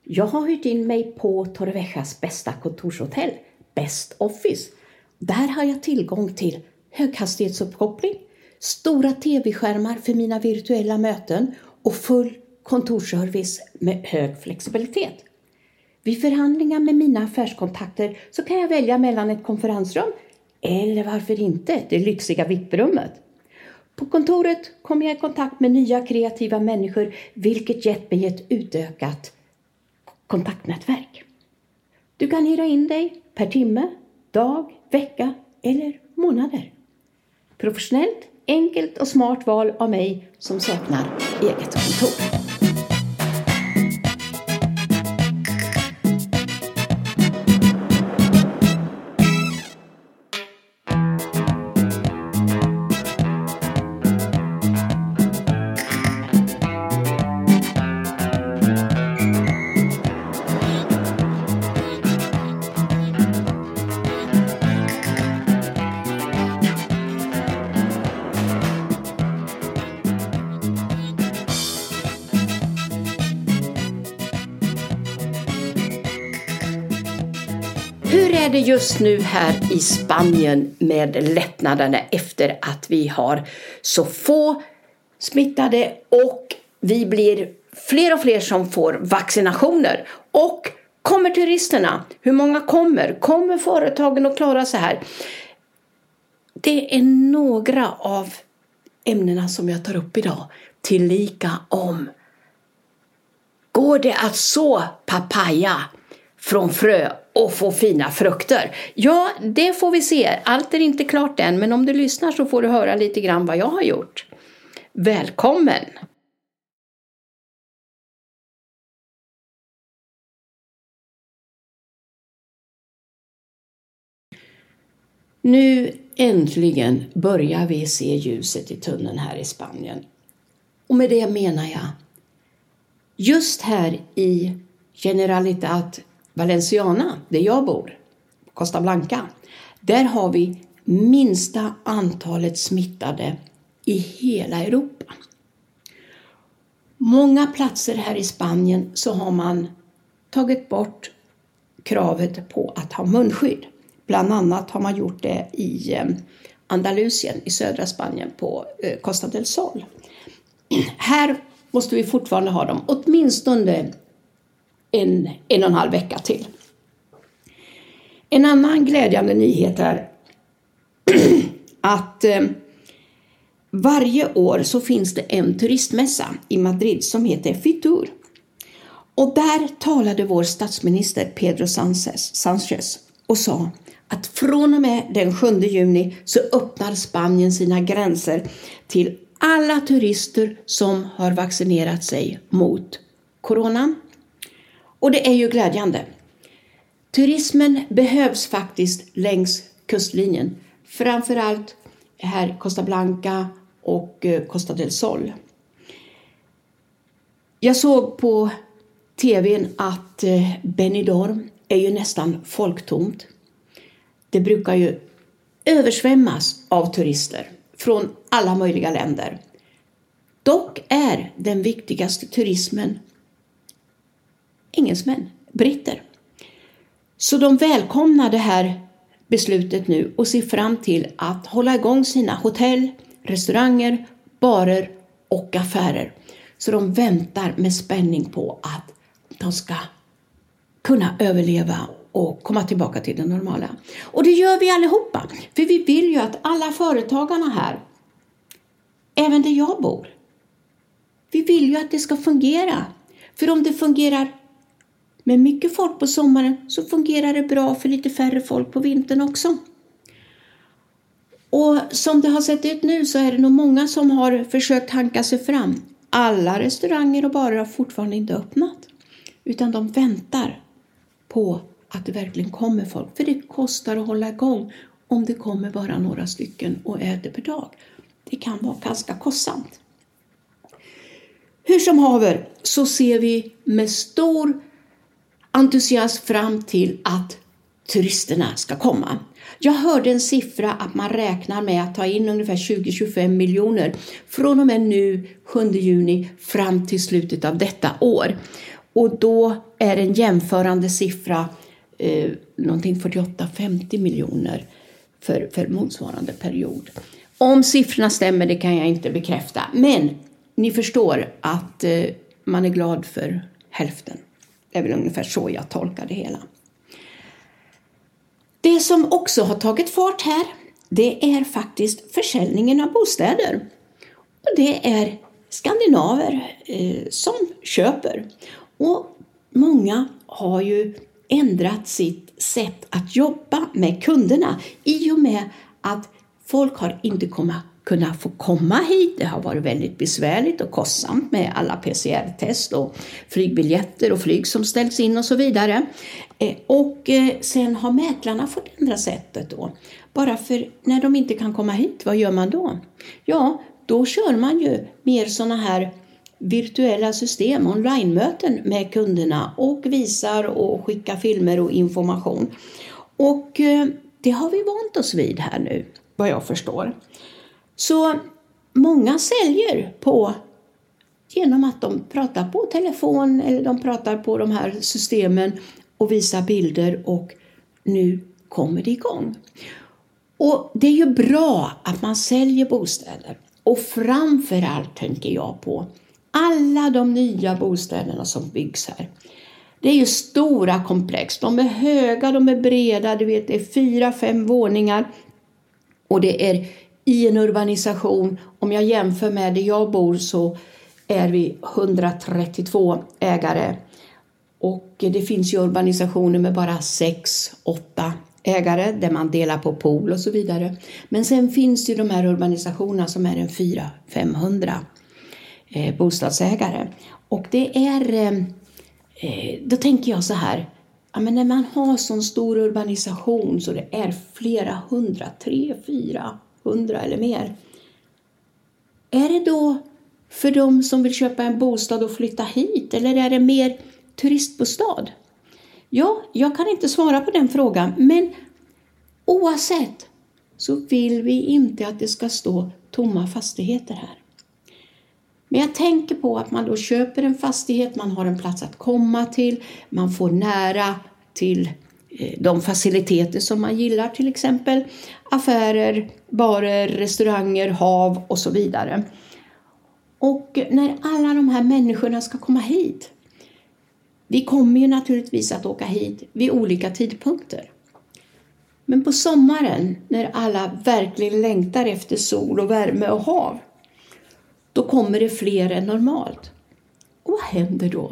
Jag har hyrt in mig på Torreviejas bästa kontorshotell, Best Office. Där har jag tillgång till höghastighetsuppkoppling, stora tv-skärmar för mina virtuella möten och full kontorsservice med hög flexibilitet. Vid förhandlingar med mina affärskontakter så kan jag välja mellan ett konferensrum eller varför inte det lyxiga VIP-rummet. På kontoret kommer jag i kontakt med nya kreativa människor, vilket gett mig ett utökat kontaktnätverk. Du kan hyra in dig per timme, dag, vecka eller månader. Professionellt, enkelt och smart val av mig som saknar eget kontor. Hur är det just nu här i Spanien med lättnaderna efter att vi har så få smittade och vi blir fler och fler som får vaccinationer? Och kommer turisterna? Hur många kommer? Kommer företagen att klara sig här? Det är några av ämnena som jag tar upp idag. Tillika om: går det att så papaya från frö och få fina frukter? Ja, det får vi se. Allt är inte klart än, men om du lyssnar så får du höra lite grann vad jag har gjort. Välkommen! Nu äntligen börjar vi se ljuset i tunneln här i Spanien. Och med det menar jag, just här i Generalitat Valenciana, där jag bor, Costa Blanca, där har vi minsta antalet smittade i hela Europa. Många platser här i Spanien så har man tagit bort kravet på att ha munskydd. Bland annat har man gjort det i Andalusien i södra Spanien på Costa del Sol. Här måste vi fortfarande ha dem åtminstone en och en halv vecka till. En annan glädjande nyhet är att varje år så finns det en turistmässa i Madrid som heter Fitur. Och där talade vår statsminister Pedro Sánchez och sa att från och med den 7 juni så öppnar Spanien sina gränser till alla turister som har vaccinerat sig mot corona. Och det är ju glädjande. Turismen behövs faktiskt längs kustlinjen. Framförallt här Costa Blanca och Costa del Sol. Jag såg på tvn att Benidorm är ju nästan folktomt. Det brukar ju översvämmas av turister från alla möjliga länder. Dock är den viktigaste turismen engelsmän, britter. Så de välkomnar det här beslutet nu och ser fram till att hålla igång sina hotell, restauranger, barer och affärer. Så de väntar med spänning på att de ska kunna överleva och komma tillbaka till det normala. Och det gör vi allihopa. För vi vill ju att alla företagarna här, även där jag bor, vi vill ju att det ska fungera. För om det fungerar med mycket folk på sommaren så fungerar det bra för lite färre folk på vintern också. Och som det har sett ut nu så är det nog många som har försökt hanka sig fram. Alla restauranger och barer har fortfarande inte öppnat. Utan de väntar på att det verkligen kommer folk. För det kostar att hålla igång om det kommer bara några stycken och äter per dag. Det kan vara ganska kostsamt. Hur som haver så ser vi med stor entusiasm fram till att turisterna ska komma. Jag hörde en siffra att man räknar med att ta in ungefär 20-25 miljoner från och med nu 7 juni fram till slutet av detta år. Och då är en jämförande siffra någonting 48-50 miljoner för motsvarande period. Om siffrorna stämmer, det kan jag inte bekräfta. Men ni förstår att man är glad för hälften. Det är väl ungefär så jag tolkar det hela. Det som också har tagit fart här, det är faktiskt försäljningen av bostäder. Och det är skandinaver som köper. Och många har ju ändrat sitt sätt att jobba med kunderna i och med att folk har inte kunnat få komma hit. Det har varit väldigt besvärligt och kostsamt med alla PCR-test och flygbiljetter och flyg som ställs in och så vidare. Och sen har mäklarna fått ändra sättet då. Bara för när de inte kan komma hit, vad gör man då? Ja, då kör man ju mer såna här virtuella system, online-möten med kunderna och visar och skickar filmer och information. Och det har vi vant oss vid här nu, vad jag förstår. Så många säljer genom att de pratar på telefon eller de pratar på de här systemen och visar bilder, och nu kommer det igång. Och det är ju bra att man säljer bostäder, och framförallt tänker jag på alla de nya bostäderna som byggs här. Det är ju stora komplex, de är höga, de är breda, du vet, det är 4-5 våningar och det är i en urbanisation. Om jag jämför med där jag bor så är vi 132 ägare. Och det finns ju urbanisationer med bara 6-8 ägare där man delar på pool och så vidare. Men sen finns det ju de här urbanisationerna som är en 400-500 bostadsägare. Och det är, då tänker jag så här, ja, men när man har sån stor urbanisation så det är flera hundra, 300-400 eller mer. Är det då för de som vill köpa en bostad och flytta hit, eller är det mer turistbostad? Ja, jag kan inte svara på den frågan, men oavsett så vill vi inte att det ska stå tomma fastigheter här. Men jag tänker på att man då köper en fastighet, man har en plats att komma till, man får nära till de faciliteter som man gillar, till exempel affärer, barer, restauranger, hav och så vidare. Och när alla de här människorna ska komma hit, vi kommer ju naturligtvis att åka hit vid olika tidpunkter. Men på sommaren, när alla verkligen längtar efter sol och värme och hav, då kommer det fler än normalt. Och vad händer då?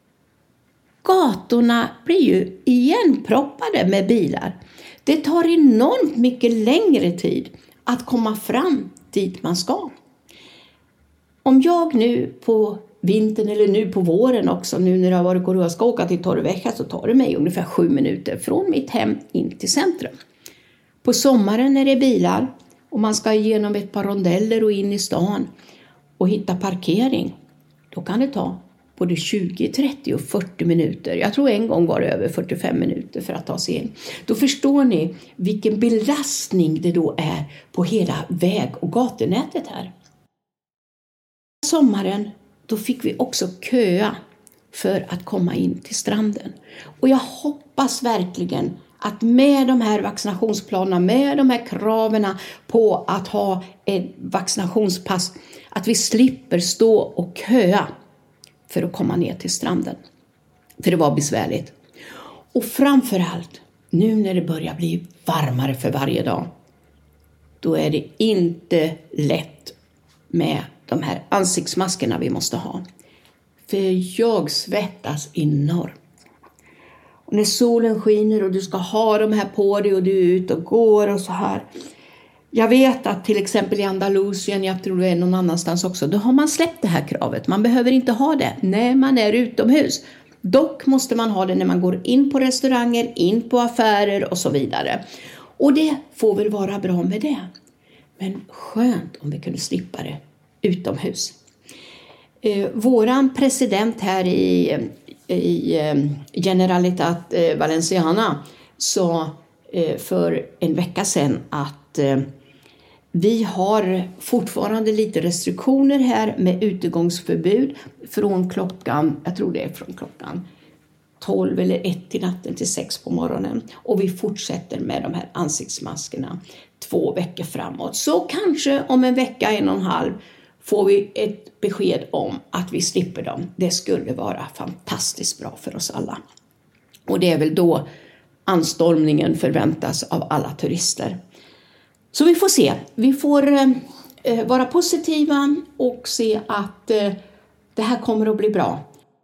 Gatorna blir ju igenproppade med bilar. Det tar enormt mycket längre tid att komma fram dit man ska. Om jag nu på vintern eller nu på våren också, nu när det har varit och jag ska åka till Torrevieja, så tar det mig ungefär 7 minuter från mitt hem in till centrum. På sommaren när det är bilar och man ska igenom ett par rondeller och in i stan och hitta parkering, då kan det ta både 20, 30 och 40 minuter. Jag tror en gång var det över 45 minuter för att ta sig in. Då förstår ni vilken belastning det då är på hela väg- och gatunätet här. Sommaren, då fick vi också köa för att komma in till stranden. Och jag hoppas verkligen att med de här vaccinationsplanerna, med de här kraven på att ha ett vaccinationspass, att vi slipper stå och köa för att komma ner till stranden. För det var besvärligt. Och framförallt, nu när det börjar bli varmare för varje dag, då är det inte lätt med de här ansiktsmaskerna vi måste ha. För jag svettas enormt. Och när solen skiner och du ska ha de här på dig och du är ute och går och så här. Jag vet att till exempel i Andalusien, jag tror det är någon annanstans också, då har man släppt det här kravet. Man behöver inte ha det när man är utomhus. Dock måste man ha det när man går in på restauranger, in på affärer och så vidare. Och det får väl vara bra med det. Men skönt om vi kunde slippa det utomhus. Våran president här i Generalitat Valenciana sa för en vecka sedan att Vi har fortfarande lite restriktioner här med utegångsförbud från klockan, jag tror det är från klockan 12 eller 1 i natten till 6 på morgonen. Och vi fortsätter med de här ansiktsmaskerna 2 veckor framåt. Så kanske om en vecka, 1,5 får vi ett besked om att vi slipper dem. Det skulle vara fantastiskt bra för oss alla. Och det är väl då anstormningen förväntas av alla turister. Så vi får se. Vi får vara positiva och se att det här kommer att bli bra.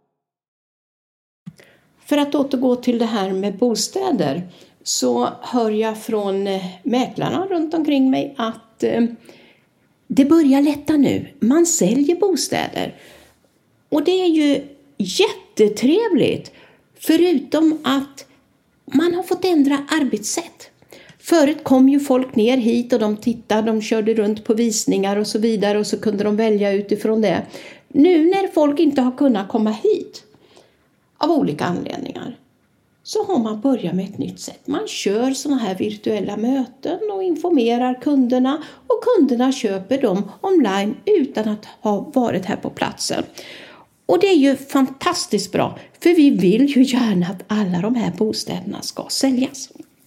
För att återgå till det här med bostäder så hör jag från mäklarna runt omkring mig att det börjar lätta nu. Man säljer bostäder. Och det är ju jättetrevligt. Förutom att man har fått ändra arbetssätt. Förut kom ju folk ner hit och de tittade, de körde runt på visningar och så vidare. Och så kunde de välja utifrån det. Nu när folk inte har kunnat komma hit av olika anledningar så har man börjat med ett nytt sätt. Man kör såna här virtuella möten och informerar kunderna. Och kunderna köper dem online utan att ha varit här på platsen. Och det är ju fantastiskt bra. För vi vill ju gärna att alla de här bostäderna ska säljas.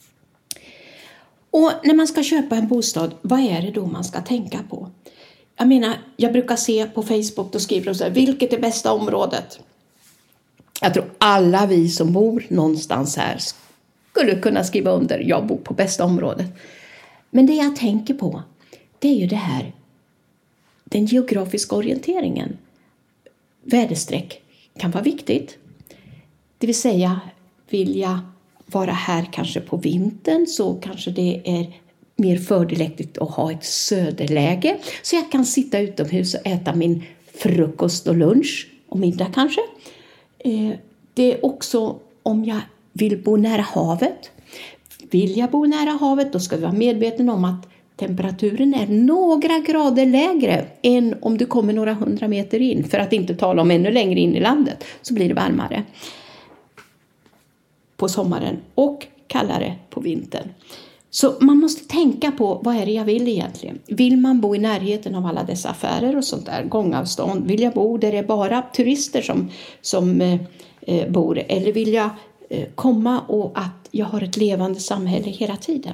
Och när man ska köpa en bostad, vad är det då man ska tänka på? Jag menar, jag brukar se på Facebook och skriver så här, vilket är bästa området? Jag tror alla vi som bor någonstans här skulle kunna skriva under, jag bor på bästa området. Men det jag tänker på, det är ju det här, den geografiska orienteringen. Väderstreck kan vara viktigt. Det vill säga, vill jag vara här kanske på vintern så kanske det är mer fördelaktigt att ha ett söderläge. Så jag kan sitta utomhus och äta min frukost och lunch och middag kanske. Det är också om jag vill bo nära havet. Vill jag bo nära havet då ska vi vara medvetna om att temperaturen är några grader lägre än om du kommer några 100 meter in. För att inte tala om ännu längre in i landet så blir det varmare på sommaren och kallare på vintern. Så man måste tänka på vad är det jag vill egentligen. Vill man bo i närheten av alla dessa affärer och sånt där, gångavstånd? Vill jag bo där det är bara turister som bor? Eller vill jag komma och att jag har ett levande samhälle hela tiden?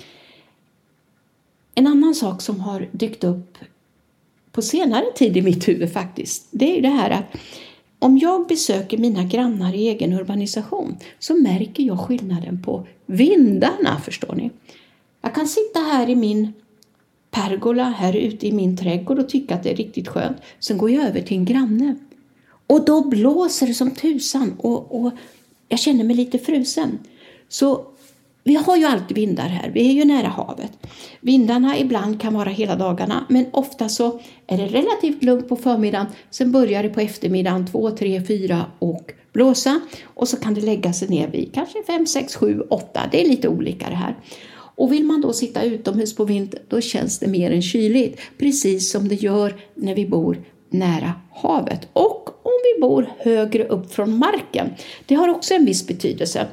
En annan sak som har dykt upp på senare tid i mitt huvud faktiskt, det är ju det här att om jag besöker mina grannar i egen urbanisation så märker jag skillnaden på vindarna, förstår ni. Jag kan sitta här i min pergola, här ute i min trädgård och tycka att det är riktigt skönt. Sen går jag över till en granne och då blåser det som tusan och jag känner mig lite frusen. Så vi har ju alltid vindar här, vi är ju nära havet. Vindarna ibland kan vara hela dagarna, men ofta så är det relativt lugnt på förmiddagen. Sen börjar det på eftermiddagen 2, 3, 4 och blåsa. Och så kan det lägga sig ner vid kanske 5, 6, 7, 8. Det är lite olika det här. Och vill man då sitta utomhus på vintern, då känns det mer än kyligt. Precis som det gör när vi bor nära havet. Och om vi bor högre upp från marken. Det har också en viss betydelse.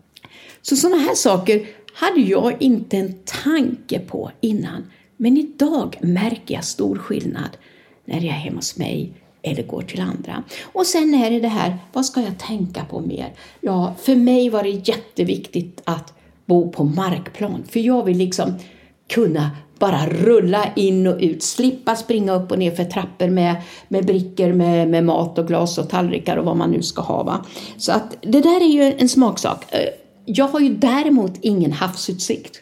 Så sådana här saker hade jag inte en tanke på innan. Men idag märker jag stor skillnad när jag är hemma hos mig eller går till andra. Och sen är det här, vad ska jag tänka på mer? Ja, för mig var det jätteviktigt att bo på markplan. För jag vill liksom kunna bara rulla in och ut. Slippa springa upp och ner för trappor med brickor, med mat och glas och tallrikar och vad man nu ska ha. Va? Så att det där är ju en smaksak. Jag har ju däremot ingen havsutsikt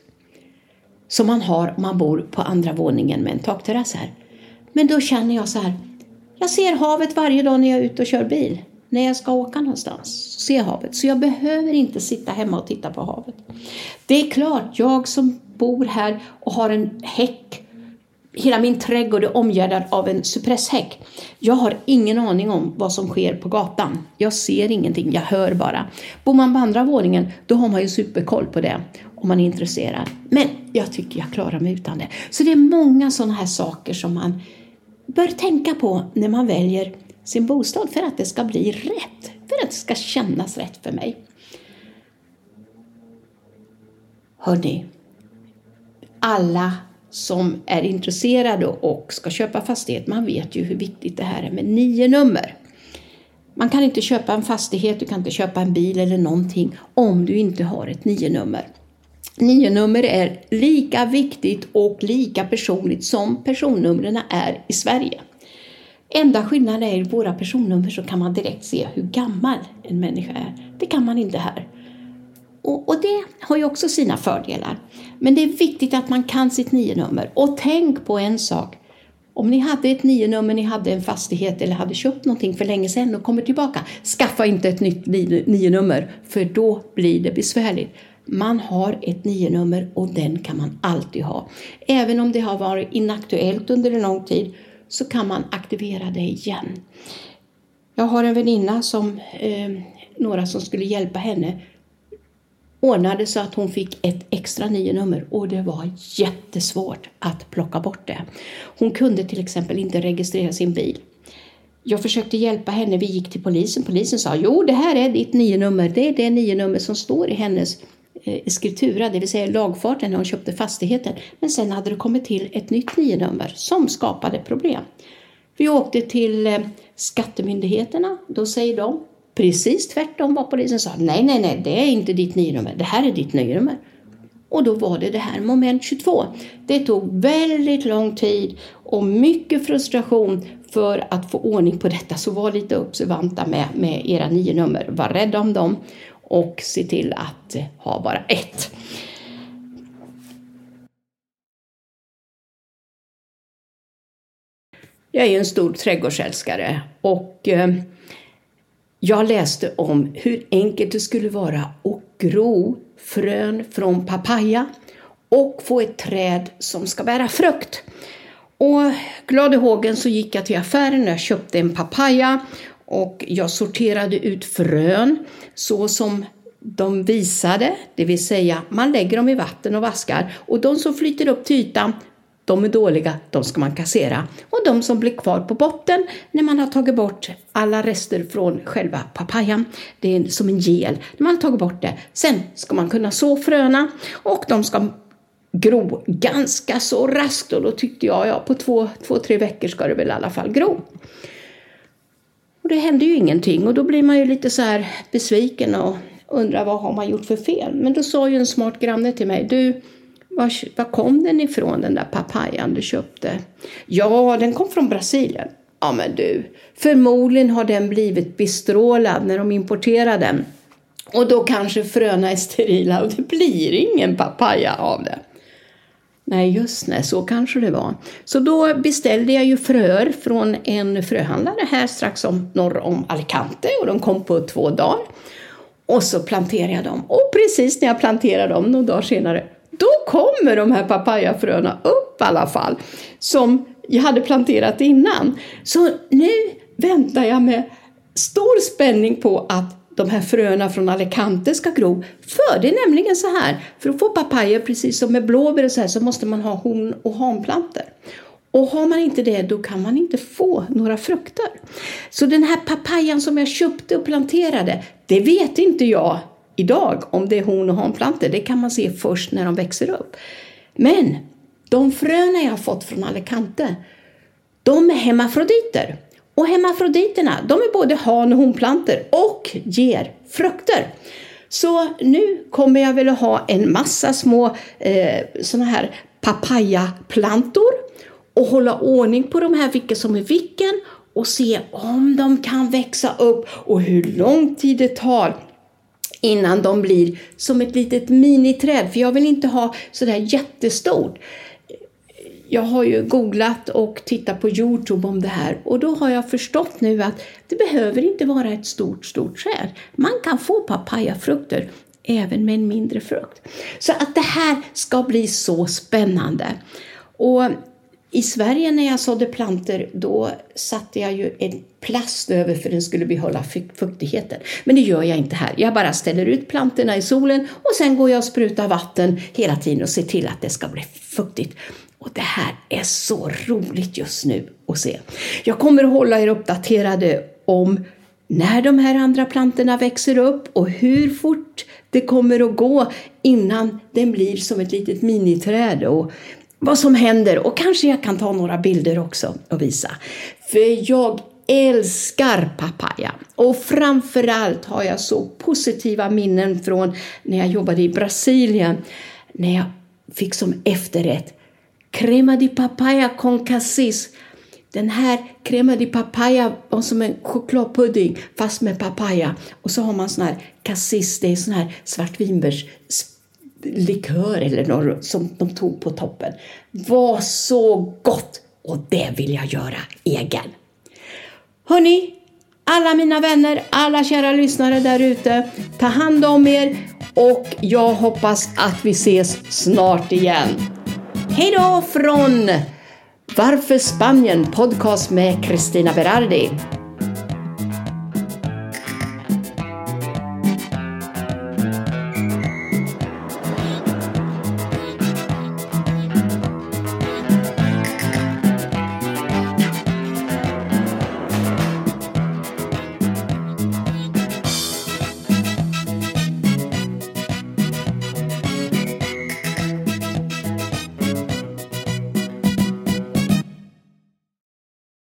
som man har om man bor på andra våningen med en takterrass här. Men då känner jag så här, jag ser havet varje dag när jag är ute och kör bil. När jag ska åka någonstans så ser jag havet. Så jag behöver inte sitta hemma och titta på havet. Det är klart, jag som bor här och har en häck. Hela min trädgård är omgärdad av en cypresshäck. Jag har ingen aning om vad som sker på gatan. Jag ser ingenting, jag hör bara. Bor man på andra våningen, då har man ju superkoll på det. Om man är intresserad. Men jag tycker jag klarar mig utan det. Så det är många sådana här saker som man bör tänka på när man väljer sin bostad. För att det ska bli rätt. För att det ska kännas rätt för mig. Hörrni, alla som är intresserade och ska köpa fastighet, man vet ju hur viktigt det här är med 9-nummer. Man kan inte köpa en fastighet, du kan inte köpa en bil eller någonting om du inte har ett 9-nummer. 9-nummer är lika viktigt och lika personligt som personnumren är i Sverige. Enda skillnaden är i våra personnummer så kan man direkt se hur gammal en människa är. Det kan man inte här. Och det har ju också sina fördelar. Men det är viktigt att man kan sitt 9-nummer. Och tänk på en sak. Om ni hade ett 9-nummer, ni hade en fastighet eller hade köpt någonting för länge sedan och kommer tillbaka. Skaffa inte ett nytt 9-nummer för då blir det besvärligt. Man har ett 9-nummer och den kan man alltid ha. Även om det har varit inaktuellt under en lång tid så kan man aktivera det igen. Jag har en väninna som några som skulle hjälpa henne ordnade så att hon fick ett extra 9-nummer och det var jättesvårt att plocka bort det. Hon kunde till exempel inte registrera sin bil. Jag försökte hjälpa henne, vi gick till polisen. Polisen sa, jo det här är ditt 9-nummer. Det är det 9-nummer som står i hennes skriptura, det vill säga lagfarten när hon köpte fastigheten. Men sen hade det kommit till ett nytt 9-nummer som skapade problem. Vi åkte till skattemyndigheterna, då säger de precis tvärtom vad polisen sa. Nej, det är inte ditt 9-nummer, det här är ditt 9-nummer. Och då var det här moment 22. Det tog väldigt lång tid och mycket frustration för att få ordning på detta. Så var lite observanta med era 9-nummer. Var rädda om dem och se till att ha bara ett. Jag är en stor trädgårdsälskare och jag läste om hur enkelt det skulle vara att gro frön från papaya och få ett träd som ska bära frukt. Och glad i hågen så gick jag till affären och jag köpte en papaya och jag sorterade ut frön så som de visade. Det vill säga man lägger dem i vatten och vaskar och de som flyter upp till ytan, de är dåliga, de ska man kassera. Och de som blir kvar på botten när man har tagit bort alla rester från själva papayan, det är som en gel. När man har tagit bort det, sen ska man kunna så fröna och de ska gro ganska så raskt. Och då tyckte jag, på 2-3 veckor ska det väl i alla fall gro. Och det hände ju ingenting och då blir man ju lite så här besviken och undrar vad har man gjort för fel. Men då sa ju en smart granne till mig, du, var kom den ifrån den där papayan du köpte? Ja, den kom från Brasilien. Ja men du, förmodligen har den blivit bestrålad när de importerade den. Och då kanske fröna är sterila och det blir ingen papaya av det. Nej just nej, så kanske det var. Så då beställde jag ju fröer från en fröhandlare här strax norr om Alicante och de kom på 2 dagar. Och så planterade jag dem. Och precis när jag planterade dem några dagar senare, då kommer de här papayafröna upp i alla fall. Som jag hade planterat innan. Så nu väntar jag med stor spänning på att de här fröna från Alicante ska gro. För det är nämligen så här. För att få papaya precis som med blåbär och så här så måste man ha hon- och hanplanter. Och har man inte det då kan man inte få några frukter. Så den här papayan som jag köpte och planterade, det vet inte jag idag om det är hon- och hanplanter. Det kan man se först när de växer upp. Men de fröna jag har fått från Alicante, de är hemafroditer. Och hemafroditerna, de är både han- och honplanter och ger frukter. Så nu kommer jag väl att ha en massa små såna här papayaplantor och hålla ordning på de här vilka som är vilken och se om de kan växa upp och hur lång tid det tar innan de blir som ett litet miniträd. För jag vill inte ha sådär jättestort. Jag har ju googlat och tittat på YouTube om det här. Och då har jag förstått nu att det behöver inte vara ett stort träd. Man kan få papayafrukter även med en mindre frukt. Så att det här ska bli så spännande. Och i Sverige när jag sådde planter då satte jag ju en plast över för den skulle behålla fuktigheten. Men det gör jag inte här. Jag bara ställer ut plantorna i solen och sen går jag och sprutar vatten hela tiden och ser till att det ska bli fuktigt. Och det här är så roligt just nu att se. Jag kommer att hålla er uppdaterade om när de här andra plantorna växer upp och hur fort det kommer att gå innan den blir som ett litet miniträd. Och vad som händer. Och kanske jag kan ta några bilder också och visa. För jag älskar papaya. Och framförallt har jag så positiva minnen från när jag jobbade i Brasilien. När jag fick som efterrätt crema de papaya con cassis. Den här crema de papaya var som en chokladpudding fast med papaya. Och så har man sån här cassis, det är sån här svartvinbärslikör eller något som de tog på toppen. Var så gott, och det vill jag göra egen. Hörrni, alla mina vänner, alla kära lyssnare där ute, ta hand om er och jag hoppas att vi ses snart igen. Hej då från Varför Spanien podcast med Cristina Berardi.